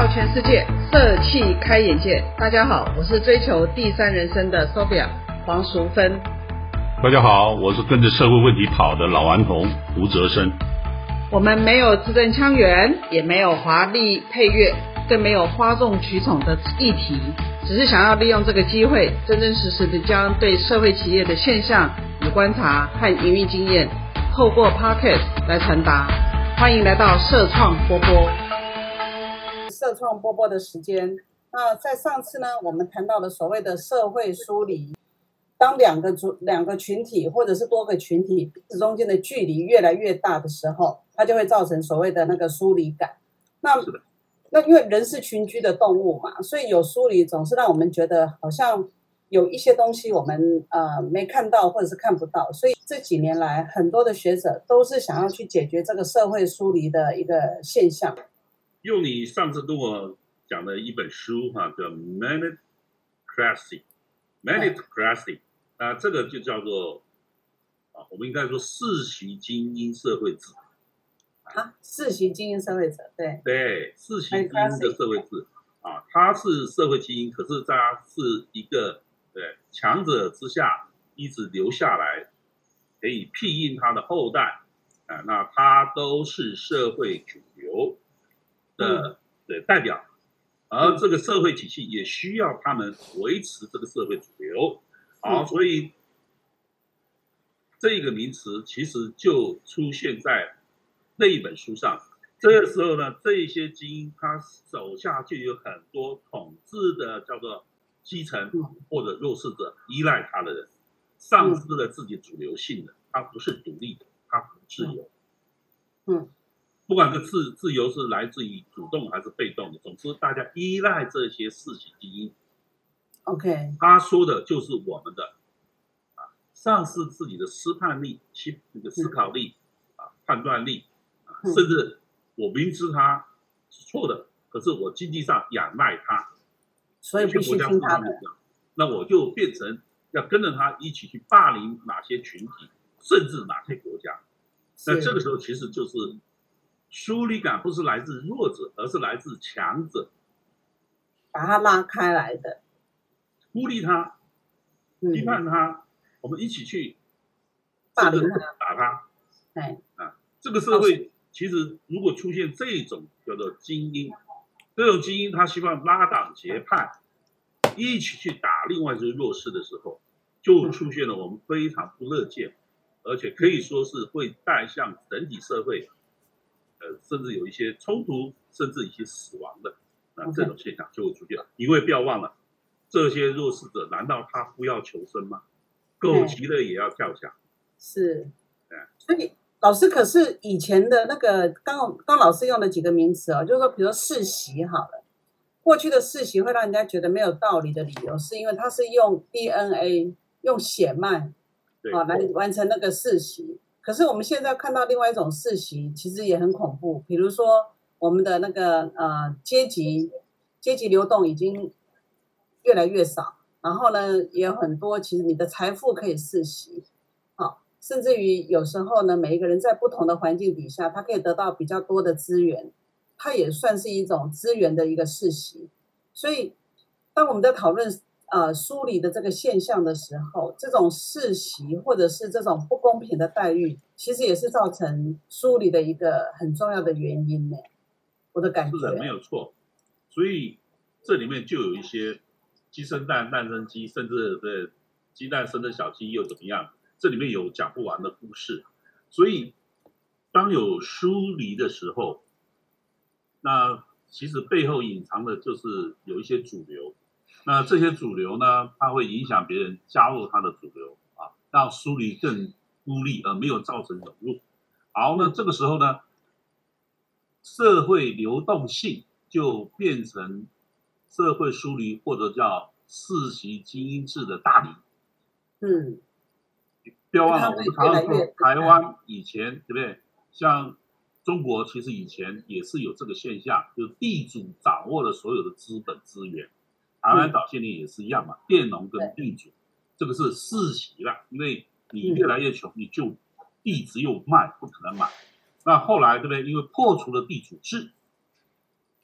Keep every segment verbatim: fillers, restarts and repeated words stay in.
到全世界，色气开眼界。大家好，我是追求第三人生的 Sophia 黄淑芬。 大家好，我是跟着社会问题跑的老顽童吴哲生。 我们没有字正腔圆，也没有华丽配乐，更没有哗众取宠的议题，只是想要利用这个机会，真真实实的将对社会企业的现象与观察和营运经验，透过 Podcast 来传达。欢迎来到社创波波。社创波波的时间，那在上次呢，我们谈到了所谓的社会疏离。当两个组、两个群体或者是多个群体彼此中间的距离越来越大的时候，它就会造成所谓的那个疏离感。那那因为人是群居的动物嘛，所以有疏离总是让我们觉得好像有一些东西我们呃没看到或者是看不到。所以这几年来，很多的学者都是想要去解决这个社会疏离的一个现象。 用你上次跟我讲的一本书哈，叫 Meritocracy。Meritocracy。那这个就叫做啊，我们应该说世袭精英社会制啊，世袭精英社会制，对对，世袭精英的社会制啊，它是社会精英，可是它是一个对强者之下一直留下来，可以庇荫他的后代啊，那他都是社会主流的的代表，而这个社会体系也需要他们维持这个社会主流。好，所以这个名词其实就出现在那一本书上。这个时候呢，这些精英他手下就有很多统治的叫做基层或者弱势者，依赖他的人，丧失了自己主流性的，他不是独立的，他不自由。 嗯， 不管这自自由是来自于主动还是被动的，总之大家依赖这些世袭精英。 OK， 他说的就是我们的啊，丧失自己的思判力、那个思考力、啊判断力，啊，甚至我明知他是错的，可是我经济上仰赖他， 所以必须听他的。 那我就变成要跟着他一起去霸凌哪些群体，甚至哪些国家。那这个时候其实就是疏离感，不是来自弱者，而是来自强者， 把他拉开来的。 孤立他，批判他，我们一起去霸凌他、 打他。 哎， 啊，这个社会其实如果出现这种叫做精英，这种精英他希望拉党结派，一起去打另外一些弱势的时候，就出现了我们非常不乐见，而且可以说是会带向整体社会，呃，甚至有一些冲突，甚至一些死亡的，那这种现象就会出现。因为不要忘了。这些弱势者难道他不要求生吗？狗急了也要跳墙。 是，所以老师，可是以前的那个刚刚老师用了几个名词哦，就是说，比如说世袭好了，过去的世袭会让人家觉得没有道理的理由，是因为它是用 D N A 用血脉啊来完成那个世袭。可是我们现在看到另外一种世袭，其实也很恐怖，比如说我们的那个呃阶级阶级流动已经越来越少，然后呢，也有很多其实你的财富可以世袭，好，甚至于有时候呢，每一个人在不同的环境底下，他可以得到比较多的资源，它也算是一种资源的一个世袭。所以，当我们在讨论呃疏离的这个现象的时候，这种世袭或者是这种不公平的待遇，其实也是造成疏离的一个很重要的原因呢。我的感觉是的，没有错。所以这里面就有一些。鸡生蛋，蛋生鸡，甚至的鸡蛋生的小鸡又怎么样？这里面有讲不完的故事。所以，当有疏离的时候，那其实背后隐藏的就是有一些主流。那这些主流呢，它会影响别人加入它的主流啊，让疏离更孤立，而没有造成融入。好，那这个时候呢，社会流动性就变成。社会疏离或者叫世袭精英制的大敌。 嗯， 不要忘了，我们常常说台湾以前对不对？像中国其实以前也是有这个现象，就是地主掌握了所有的资本资源。台湾早些年也是一样嘛，佃农跟地主，这个是世袭了，因为你越来越穷，你就地只有卖不可能买。那后来对不对？因为破除了地主制。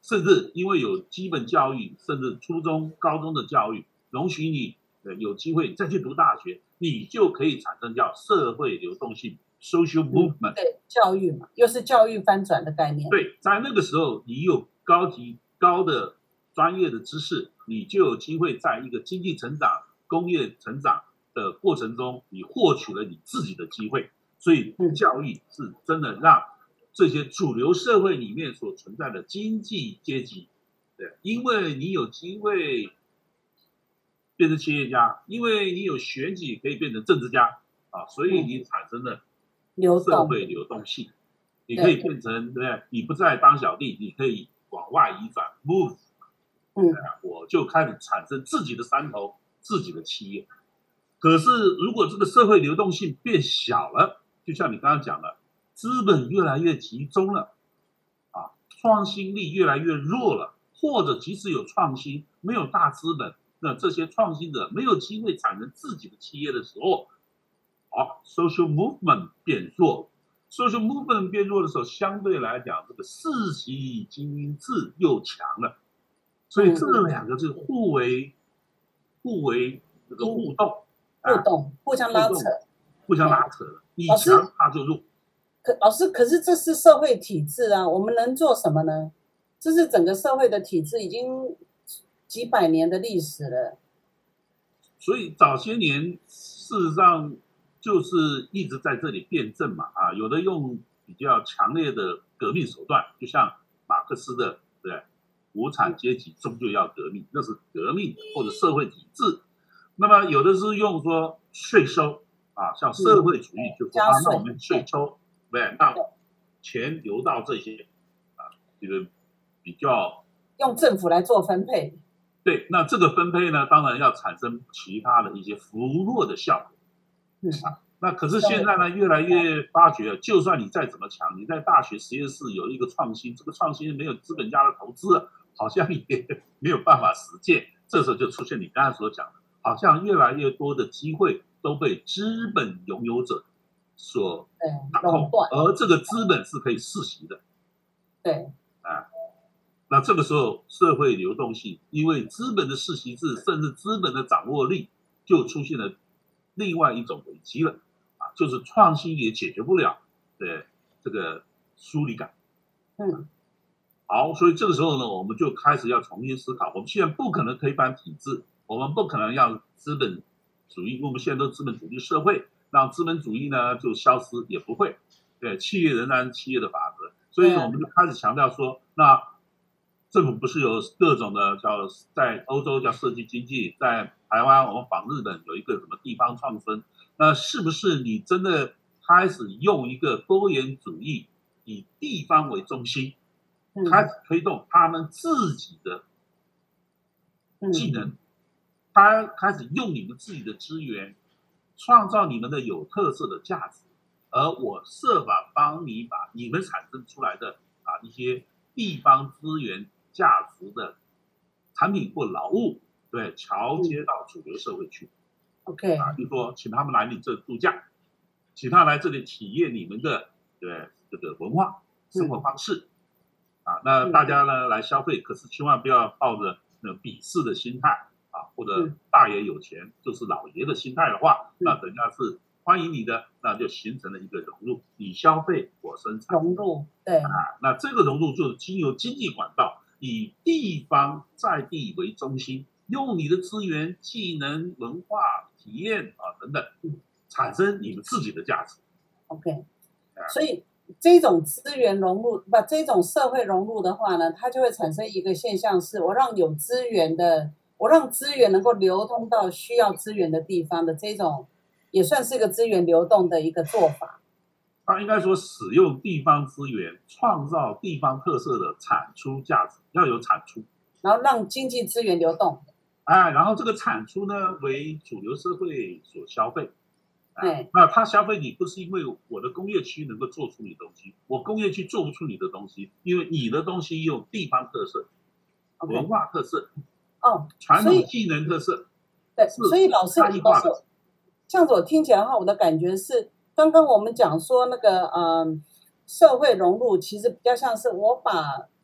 甚至因为有基本教育，甚至初中、高中的教育，容许你有机会再去读大学，你就可以产生叫社会流动性 （social movement）、 嗯。对，教育嘛，又是教育翻转的概念。 对，在那个时候，你有高级高的专业的知识，你就有机会在一个经济成长、工业成长的过程中，你获取了你自己的机会。所以，教育是真的让这些主流社会里面所存在的经济阶级，对，因为你有机会变成企业家，因为你有选举可以变成政治家啊，所以你产生了社会流动性。你可以变成，对不对？你不再当小弟，你可以往外移转 ，move， 嗯，我就开始产生自己的山头，自己的企业。可是如果这个社会流动性变小了，就像你刚刚讲的，资本越来越集中了，啊，创新力越来越弱了，或者即使有创新，没有大资本，那这些创新者没有机会产生自己的企业的时候，好 ，social movement 变弱。social movement 变弱的时候，相对来讲，这个世袭精英制又强了，所以这两个是互为、互为这个互动、 互动、互相拉扯、 互相拉扯的，你强他就弱。 可老师，可是这是社会体制啊，我们能做什么呢？这是整个社会的体制，已经几百年的历史了。 所以早些年，事实上。就是一直在这里辩证嘛，啊，有的用比较强烈的革命手段，就像马克思的，对，无产阶级终究要革命，那是革命或者社会体制。那么有的是用说税收啊，像社会主义就说啊，那我们税收，对，让钱流到这些啊，这个比较用政府来做分配。 对，那这个分配呢，当然要产生其他的一些扶弱的效果。啊，那可是现在呢，越来越发觉，就算你再怎么强，你在大学实验室有一个创新，这个创新没有资本家的投资，好像也没有办法实践。这时候就出现你刚才所讲的，好像越来越多的机会都被资本拥有者所掌控，而这个资本是可以世袭的。 对， 啊，那这个时候社会流动性，因为资本的世袭制，甚至资本的掌握力，就出现了另外一种危机了，啊，就是创新也解决不了的这个疏离感。 嗯， 好，所以这个时候呢，我们就开始要重新思考。我们现在不可能推翻体制，我们不可能让资本主义，因为我们现在都资本主义社会，让资本主义呢就消失也不会。对，企业仍然企业的法则，所以我们就开始强调说，那政府不是有各种的叫在欧洲叫社区经济，在台湾我们仿日本有一个什么地方创生，那是不是你真的开始用一个多元主义，以地方为中心，开始推动他们自己的技能，他开始用你们自己的资源，创造你们的有特色的价值，而我设法帮你把你们产生出来的啊一些地方资源价值的产品或劳务，对，桥接到主流社会去。 OK， 啊，比如说请他们来你这度假，请他来这里体验你们的对这个文化生活方式。啊，那大家呢来消费，可是千万不要抱着那种鄙视的心态啊，或者大爷有钱就是老爷的心态的话，那人家是欢迎你的，那就形成了一个融入，你消费我生产， 融入，对啊，那这个融入就是经由经济管道，以地方在地为中心，用你的资源、技能、文化、体验啊等等，产生你们自己的价值。 OK， 所以。这种资源融入，不，这种社会融入的话呢，它就会产生一个现象，是我让有资源的，我让资源能够流通到需要资源的地方的这种，也算是一个资源流动的一个做法。 他应该说，使用地方资源，创造地方特色的产出价值，要有产出， 然后让经济资源流动。 哎，然后这个产出呢，为主流社会所消费。 哎， 那他消费你不是因为我的工业区能够做出你的东西，我工业区做不出你的东西，因为你的东西有地方特色、okay. 文化特色， 哦， 传统技能特色。 对，所以老师，老师，这样子我听起来的话，我的感觉是，刚刚我们讲说那个，嗯、呃，社会融入其实比较像是我把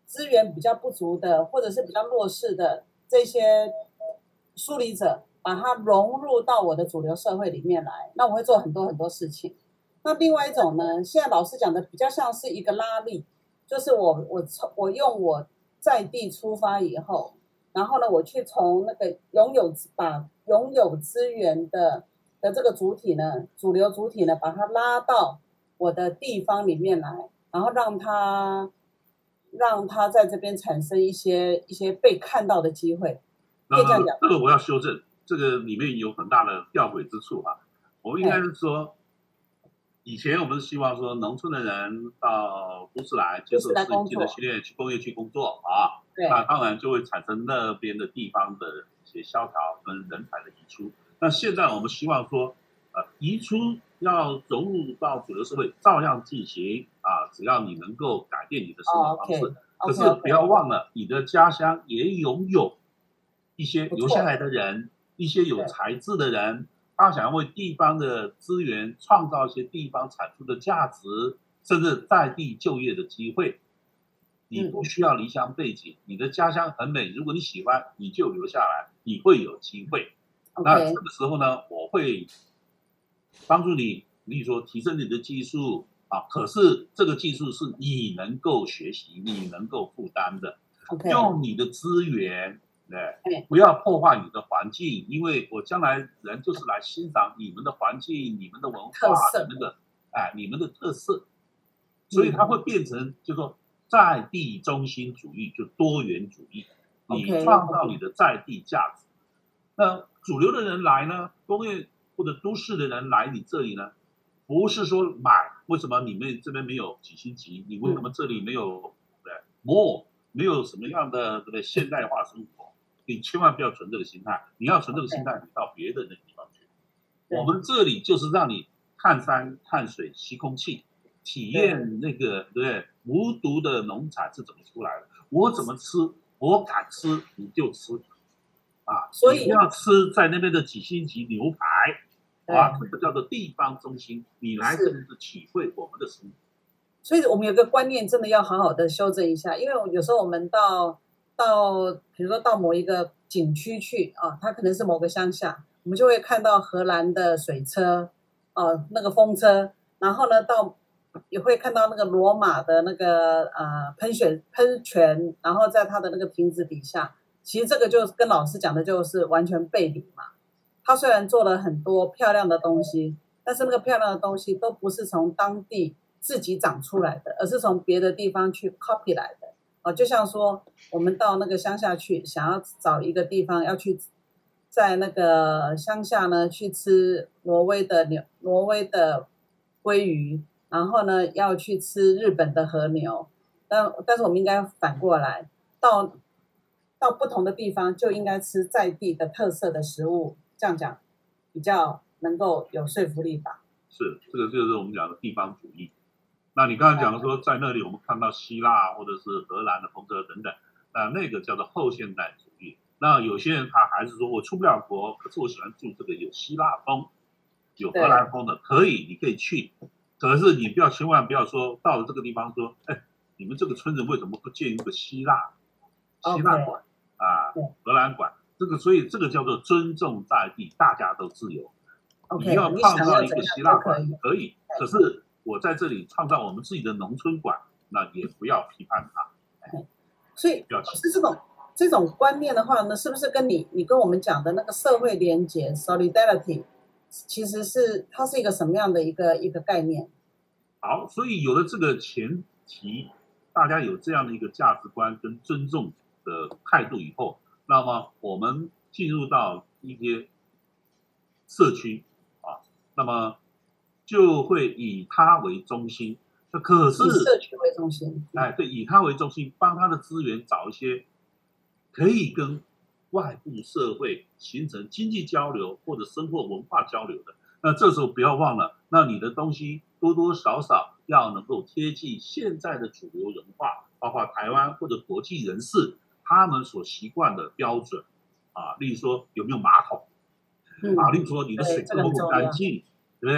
资源比较不足的，或者是比较弱势的这些梳理者，把它融入到我的主流社会里面来，那我会做很多很多事情。那另外一种呢，现在老师讲的比较像是一个拉力，就是我我我用我在地出发以后，然后呢，我去从那个拥有把拥有资源的的这个主体呢，主流主体呢，把它拉到我的地方里面来，然后让它让它在这边产生一些一些被看到的机会。可以这样讲。 这个我要修正，这个里面有很大的吊诡之处啊。我们应该是说，以前我们是希望说，农村的人到都市来接受实际的训练，去工业去工作啊，那当然就会产生那边的地方的一些萧条跟人才的移出。那现在我们希望说，呃，移出要融入到主流社会，照样进行啊，只要你能够改变你的生活方式。 Oh, okay. 可是不要忘了，你的家乡也拥有一些留下来的人，一些有才智的人，他想要为地方的资源创造一些地方产出的价值，甚至在地就业的机会。你不需要离乡背景，你的家乡很美，如果你喜欢，你就留下来，你会有机会。 Okay. 那这个时候呢，我会帮助你，比如说提升你的技术啊，可是这个技术是你能够学习、你能够负担的， Okay. 用你的资源。对，不要破坏你的环境，因为我将来人就是来欣赏你们的环境、你们的文化、你们的哎、你们的特色，所以它会变成就是说在地中心主义，就多元主义，你创造你的在地价值。那主流的人来呢，工业或者都市的人来你这里呢，不是说买，为什么你们这边没有几星级？你为什么这里没有对 more 没有什么样的对不对现代化生活？你千万不要存这个心态，你要存这个心态，你到别的那个地方去。我们这里就是让你看山、看水、吸空气，体验那个对不对无毒的农产是怎么出来的。我怎么吃，我敢吃你就吃啊！所以你要吃在那边的几星级牛排啊，这个叫做地方中心。你来这里是体会我们的生活。 所以我们有个观念真的要好好的修正一下，因为有时候我们到。到比如说到某一个景区去啊，它可能是某个乡下，我们就会看到荷兰的水车，呃，那个风车，然后呢，到也会看到那个罗马的那个呃喷水喷泉，然后在它的那个亭子底下，其实这个就跟老师讲的就是完全背离嘛。它虽然做了很多漂亮的东西，但是那个漂亮的东西都不是从当地自己长出来的，而是从别的地方去 copy 来的。哦，就像说我们到那个乡下去，想要找一个地方要去，在那个乡下呢去吃挪威的牛、挪威的鲑鱼，然后呢要去吃日本的和牛，但但是我们应该反过来，到到不同的地方就应该吃在地的特色的食物，这样讲比较能够有说服力吧？ 是，这个就是我们讲的地方主义。那你刚才讲的说，在那里我们看到希腊或者是荷兰的风车等等，那那个叫做后现代主义。那有些人他还是说我出不了国，可是我喜欢住这个有希腊风、有荷兰风的，可以，你可以去。可是你不要千万不要说到了这个地方说，哎，你们这个村子为什么不建一个希腊希腊馆啊、荷兰馆？这个所以这个叫做尊重在地，大家都自由。你要创造一个希腊馆可以，可是。我在这里创造我们自己的农村馆，那也不要批判它。 所以是这种这种观念的话呢，是不是跟你你跟我们讲的那个社会连结 （solidarity） 其实是它是一个什么样的一个一个概念？ 好，所以有了这个前提，大家有这样的一个价值观跟尊重的态度以后，那么我们进入到一些社区啊，那么。就会以他为中心，可是以社区为中心， 哎，对，以他为中心，帮他的资源找一些可以跟外部社会形成经济交流或者生活文化交流的。那这时候不要忘了，那你的东西多多少少要能够贴近现在的主流文化，包括台湾或者国际人士他们所习惯的标准啊，例如说有没有马桶，嗯、啊，例如说你的水够不够干净。对不对？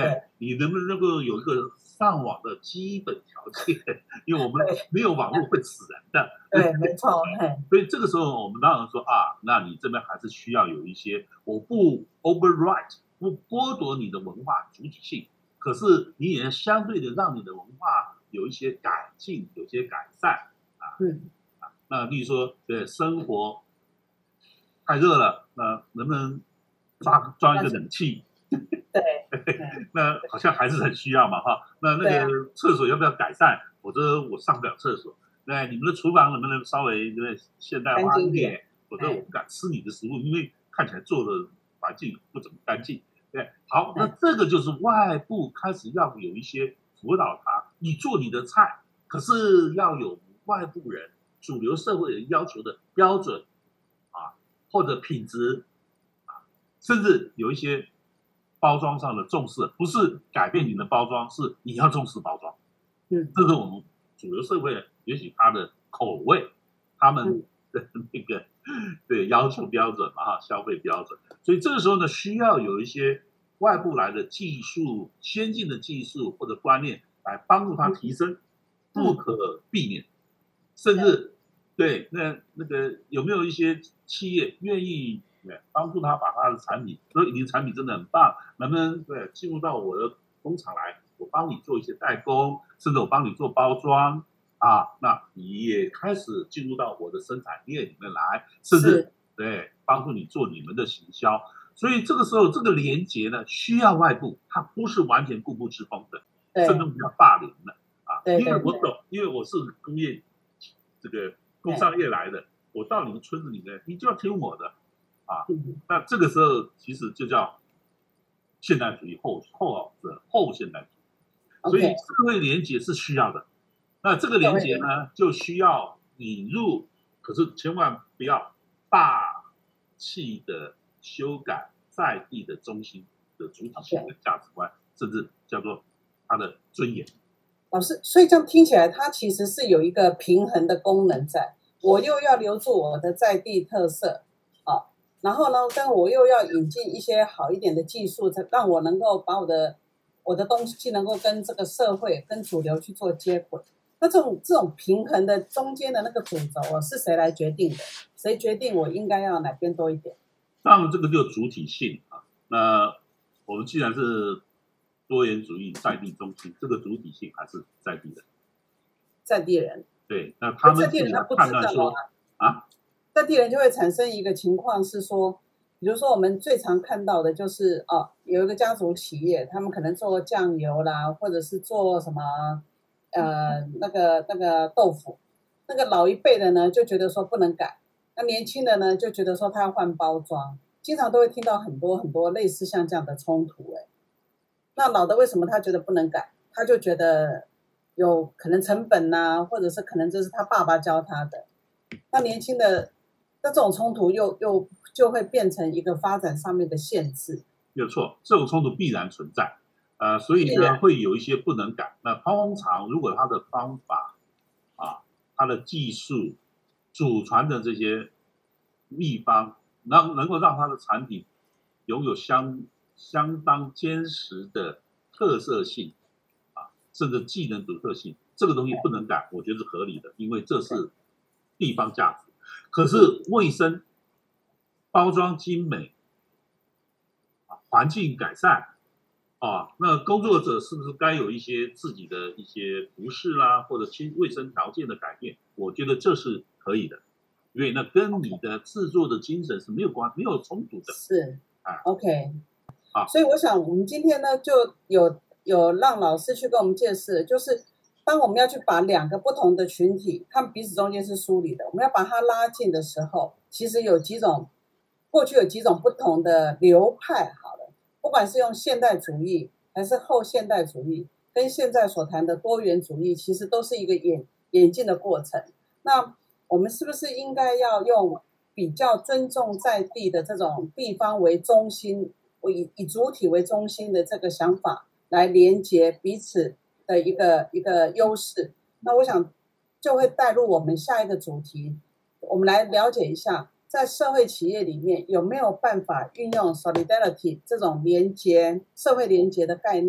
你能不能够有一个上网的基本条件？因为我们对没有网络会死人的。 对，没错，嘿， 所以这个时候我们当然说啊，那你这边还是需要有一些，我不 overwrite，不剥夺你的文化主体性，可是你也相对的让你的文化有一些改进，有些改善啊。 嗯， 啊，那例如说，对生活太热了，那能不能装装一个冷气？ 对，嗯， 那好像还是很需要嘛，哈。那那对啊， 个厕所要不要改善？否则我上不了厕所。对，你们的厨房能不能稍微对不对现代干净一点， 化一点？否则我不敢吃你的食物，因为看起来做的环境不怎么干净。对，好，那这个就是外部开始要有一些辅导他，你做你的菜，可是要有外部人、主流社会人要求的标准啊，或者品质啊，甚至有一些包装上的重视，不是改变你的包装，是你要重视包装。 嗯， 这是我们主流社会也许他的口味，他们的那个对要求标准嘛哈，消费标准。所以这个时候呢，需要有一些外部来的技术、先进的技术或者观念来帮助他提升，不可避免。甚至对那那个有没有一些企业愿意对帮助他把他的产品，说你的产品真的很棒，能不能对进入到我的工厂来，我帮你做一些代工，甚至我帮你做包装啊，那你也开始进入到我的生产链里面来，甚至对帮助你做你们的行销。所以这个时候这个连接呢，需要外部，它不是完全固步自封的，甚至比较霸凌的啊。因为我懂，因为我是工业这个工商业来的，我到你们村子里面，你就要听我的啊。那这个时候其实就叫现代主义后后的后现代主义，所以社会连结是需要的。那这个连结呢，就需要引入，可是千万不要霸气的修改在地的中心的主体性的价值观，甚至叫做它的尊严。 老师，所以这样听起来，它其实是有一个平衡的功能在。我又要留住我的在地特色，啊，然后呢，但我又要引进一些好一点的技术，让我能够把我的我的东西能够跟这个社会、跟主流去做接轨。那这种这种平衡的中间的那个主轴啊，是谁来决定的？谁决定我应该要哪边多一点？ 当然，这个就主体性啊。那我们既然是多元主义在地中心，这个主体性还是在地人， 在地人。 对，那他们在地人他不知道啊，啊，在地人就会产生一个情况是说，比如说我们最常看到的就是哦，有一个家族企业，他们可能做酱油啦，或者是做什么呃那个那个豆腐，那个老一辈的呢就觉得说不能改，那年轻的呢就觉得说他要换包装，经常都会听到很多很多类似像这样的冲突。哎，那老的为什么他觉得不能改？他就觉得有可能成本呐、啊，或者是可能这是他爸爸教他的。那年轻的，那这种冲突又又就会变成一个发展上面的限制。 没有错，这种冲突必然存在，呃，所以呢会有一些不能改。那通常如果他的方法啊，他的技术、祖传的这些秘方，能能够让他的产品拥有相相当坚实的特色性啊，甚至技能独特性，这个东西不能改，我觉得是合理的，因为这是地方价值。可是卫生、包装精美、环境改善啊，那工作者是不是该有一些自己的一些服饰啦，或者清卫生条件的改变？我觉得这是可以的，因为那跟你的制作的精神是没有关、没有冲突的。 是啊 ，OK， 啊， 所以我想我们今天呢就有有让老师去跟我们解释，就是当我们要去把两个不同的群体，他们彼此中间是疏离的，我们要把它拉近的时候，其实有几种，过去有几种不同的流派。好了，不管是用现代主义还是后现代主义，跟现在所谈的多元主义，其实都是一个演演进的过程。那我们是不是应该要用比较尊重在地的这种地方为中心，以以主体为中心的这个想法来连接彼此的一个一个优势？那我想就会带入我们下一个主题，我们来了解一下，在社会企业里面有没有办法运用 solidarity 这种连接社会连接的概念，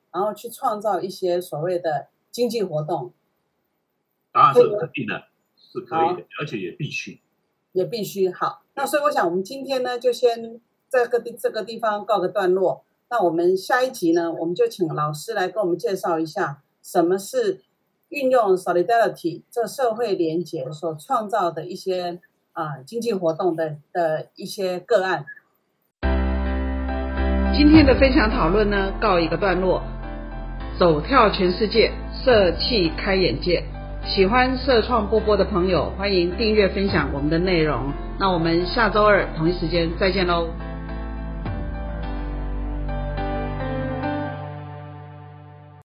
然后去创造一些所谓的经济活动。 当然是肯定的，是可以的，而且也必须， 也必须好。那所以我想，我们今天呢，就先这个地这个地方告个段落。那我们下一集呢，我们就请老师来跟我们介绍一下，什么是运用 Solidarity 这社会连结所创造的一些啊、呃、经济活动的的一些个案。今天的分享讨论呢，告一个段落。走跳全世界，社企开眼界。喜欢社创波波的朋友，欢迎订阅分享我们的内容。那我们下周二同一时间再见喽。